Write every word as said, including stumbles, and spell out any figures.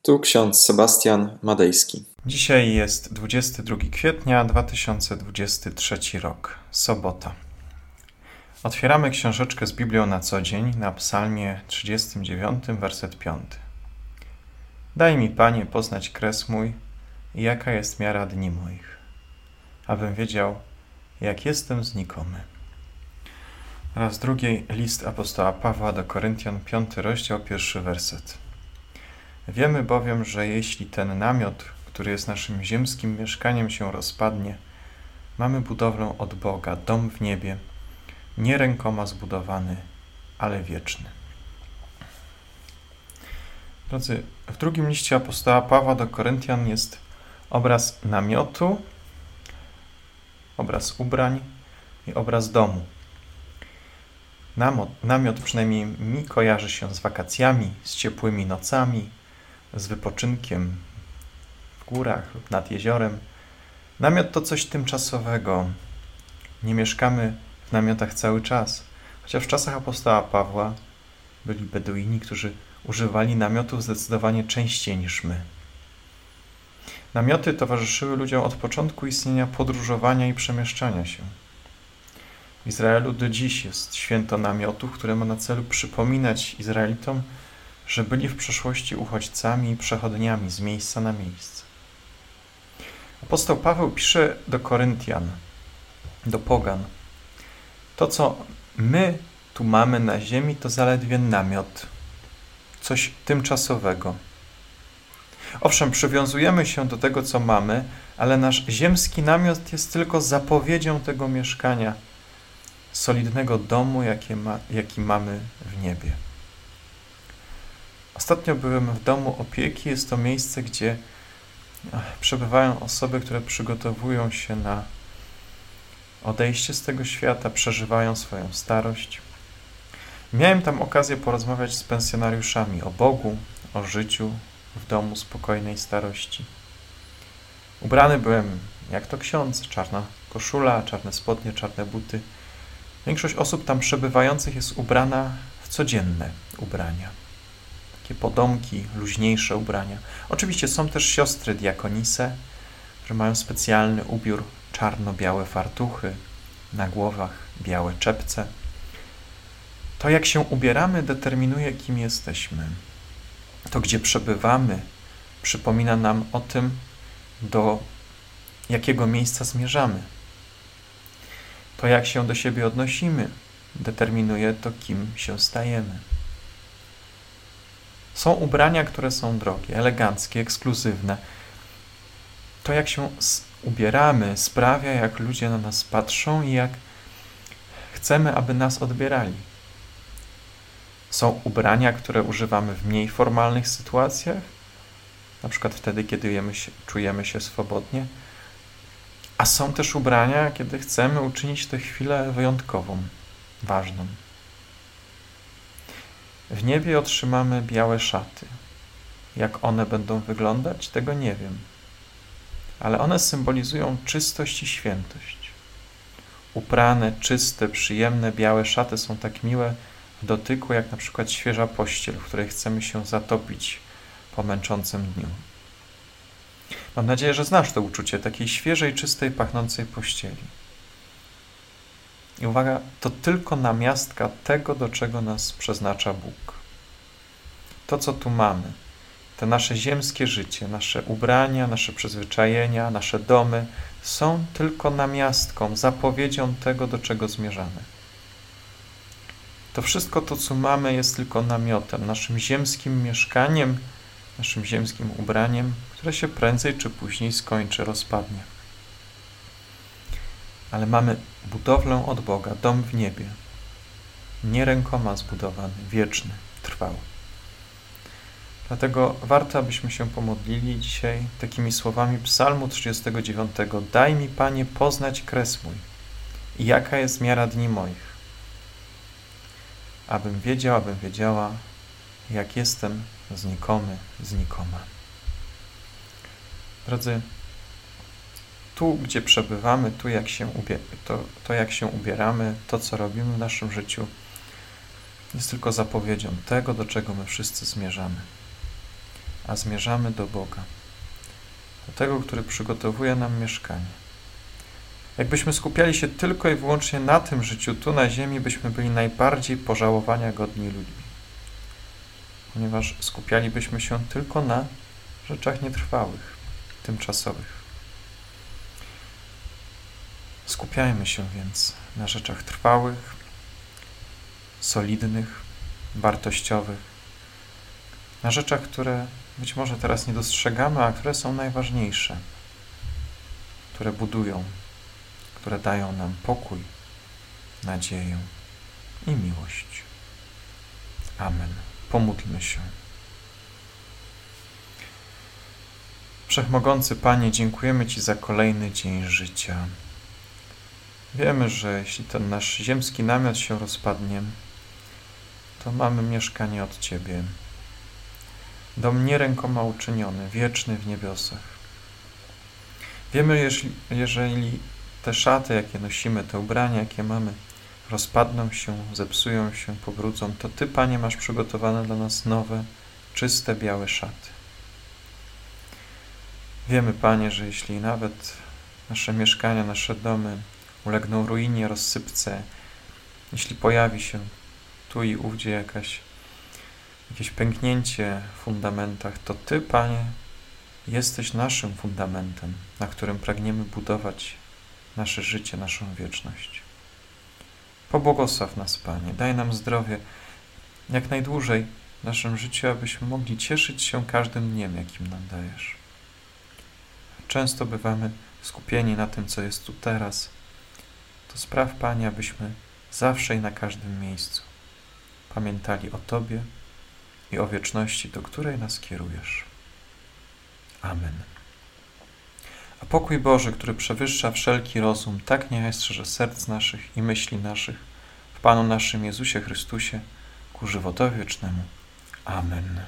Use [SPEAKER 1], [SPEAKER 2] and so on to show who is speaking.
[SPEAKER 1] Tu ksiądz Sebastian Madejski.
[SPEAKER 2] Dzisiaj jest dwudziestego drugiego kwietnia dwa tysiące dwudziesty trzeci rok, sobota. Otwieramy książeczkę z Biblią na co dzień na psalmie trzydziestym dziewiątym, werset piąty. Daj mi, Panie, poznać kres mój i jaka jest miara dni moich, abym wiedział, jak jestem znikomy. Raz drugi list apostoła Pawła do Koryntian, piąty rozdział, pierwszy werset. Wiemy bowiem, że jeśli ten namiot, który jest naszym ziemskim mieszkaniem, się rozpadnie, mamy budowlę od Boga, dom w niebie, nie rękoma zbudowany, ale wieczny. Drodzy, w drugim liście apostoła Pawła do Koryntian jest obraz namiotu, obraz ubrań i obraz domu. Namiot, namiot przynajmniej mi kojarzy się z wakacjami, z ciepłymi nocami, z wypoczynkiem w górach lub nad jeziorem. Namiot to coś tymczasowego. Nie mieszkamy w namiotach cały czas. Chociaż w czasach apostoła Pawła byli Beduini, którzy używali namiotów zdecydowanie częściej niż my. Namioty towarzyszyły ludziom od początku istnienia podróżowania i przemieszczania się. W Izraelu do dziś jest święto namiotów, które ma na celu przypominać Izraelitom, że byli w przeszłości uchodźcami i przechodniami z miejsca na miejsce. Apostoł Paweł pisze do Koryntian, do pogan. To, co my tu mamy na ziemi, to zaledwie namiot, coś tymczasowego. Owszem, przywiązujemy się do tego, co mamy, ale nasz ziemski namiot jest tylko zapowiedzią tego mieszkania, solidnego domu, jaki, ma, jaki mamy w niebie. Ostatnio byłem w domu opieki. Jest to miejsce, gdzie przebywają osoby, które przygotowują się na odejście z tego świata, przeżywają swoją starość. Miałem tam okazję porozmawiać z pensjonariuszami o Bogu, o życiu w domu spokojnej starości. Ubrany byłem jak to ksiądz, czarna koszula, czarne spodnie, czarne buty. Większość osób tam przebywających jest ubrana w codzienne ubrania. Takie podomki, luźniejsze ubrania. Oczywiście są też siostry diakonise, które mają specjalny ubiór, czarno-białe fartuchy, na głowach białe czepce. To, jak się ubieramy, determinuje, kim jesteśmy. To, gdzie przebywamy, przypomina nam o tym, do jakiego miejsca zmierzamy. To, jak się do siebie odnosimy, determinuje to, kim się stajemy. Są ubrania, które są drogie, eleganckie, ekskluzywne. To, jak się ubieramy, sprawia, jak ludzie na nas patrzą i jak chcemy, aby nas odbierali. Są ubrania, które używamy w mniej formalnych sytuacjach, na przykład wtedy, kiedy się, czujemy się swobodnie, a są też ubrania, kiedy chcemy uczynić tę chwilę wyjątkową, ważną. W niebie otrzymamy białe szaty. Jak one będą wyglądać, tego nie wiem. Ale one symbolizują czystość i świętość. Uprane, czyste, przyjemne, białe szaty są tak miłe w dotyku, jak na przykład świeża pościel, w której chcemy się zatopić po męczącym dniu. Mam nadzieję, że znasz to uczucie takiej świeżej, czystej, pachnącej pościeli. I uwaga, to tylko namiastka tego, do czego nas przeznacza Bóg. To, co tu mamy, to nasze ziemskie życie, nasze ubrania, nasze przyzwyczajenia, nasze domy są tylko namiastką, zapowiedzią tego, do czego zmierzamy. To wszystko to, co mamy, jest tylko namiotem, naszym ziemskim mieszkaniem, naszym ziemskim ubraniem, które się prędzej czy później skończy, rozpadnie. Ale mamy budowlę od Boga, dom w niebie, nie rękoma zbudowany, wieczny, trwały. Dlatego warto, abyśmy się pomodlili dzisiaj takimi słowami psalmu trzydziestego dziewiątego. Daj mi, Panie, poznać kres mój i jaka jest miara dni moich, abym wiedział, abym wiedziała, jak jestem znikomy, znikoma. Drodzy, tu, gdzie przebywamy, tu jak się ubie- to, to, jak się ubieramy, to, co robimy w naszym życiu, jest tylko zapowiedzią tego, do czego my wszyscy zmierzamy. a zmierzamy do Boga, do tego, który przygotowuje nam mieszkanie. Jakbyśmy skupiali się tylko i wyłącznie na tym życiu tu na ziemi, byśmy byli najbardziej pożałowania godni ludźmi, ponieważ skupialibyśmy się tylko na rzeczach nietrwałych, tymczasowych. Skupiajmy się więc na rzeczach trwałych, solidnych, wartościowych, na rzeczach, które być może teraz nie dostrzegamy, a które są najważniejsze, które budują, które dają nam pokój, nadzieję i miłość. Amen. Pomódlmy się. Wszechmogący Panie, dziękujemy Ci za kolejny dzień życia. Wiemy, że jeśli ten nasz ziemski namiot się rozpadnie, to mamy mieszkanie od Ciebie. Dom nie rękoma uczyniony, wieczny w niebiosach. Wiemy, jeżeli, jeżeli te szaty, jakie nosimy, te ubrania, jakie mamy, rozpadną się, zepsują się, pobrudzą, to Ty, Panie, masz przygotowane dla nas nowe, czyste, białe szaty. Wiemy, Panie, że jeśli nawet nasze mieszkania, nasze domy ulegną ruinie, rozsypce, jeśli pojawi się tu i ówdzie jakaś, jakieś pęknięcie w fundamentach, to Ty, Panie, jesteś naszym fundamentem, na którym pragniemy budować nasze życie, naszą wieczność. Pobłogosław nas, Panie, daj nam zdrowie jak najdłużej w naszym życiu, abyśmy mogli cieszyć się każdym dniem, jakim nam dajesz. Często bywamy skupieni na tym, co jest tu teraz. To spraw, Panie, abyśmy zawsze i na każdym miejscu pamiętali o Tobie i o wieczności, do której nas kierujesz. Amen. A pokój Boży, który przewyższa wszelki rozum, tak niechaj strzeże serc naszych i myśli naszych w Panu naszym Jezusie Chrystusie ku żywotowi wiecznemu. Amen.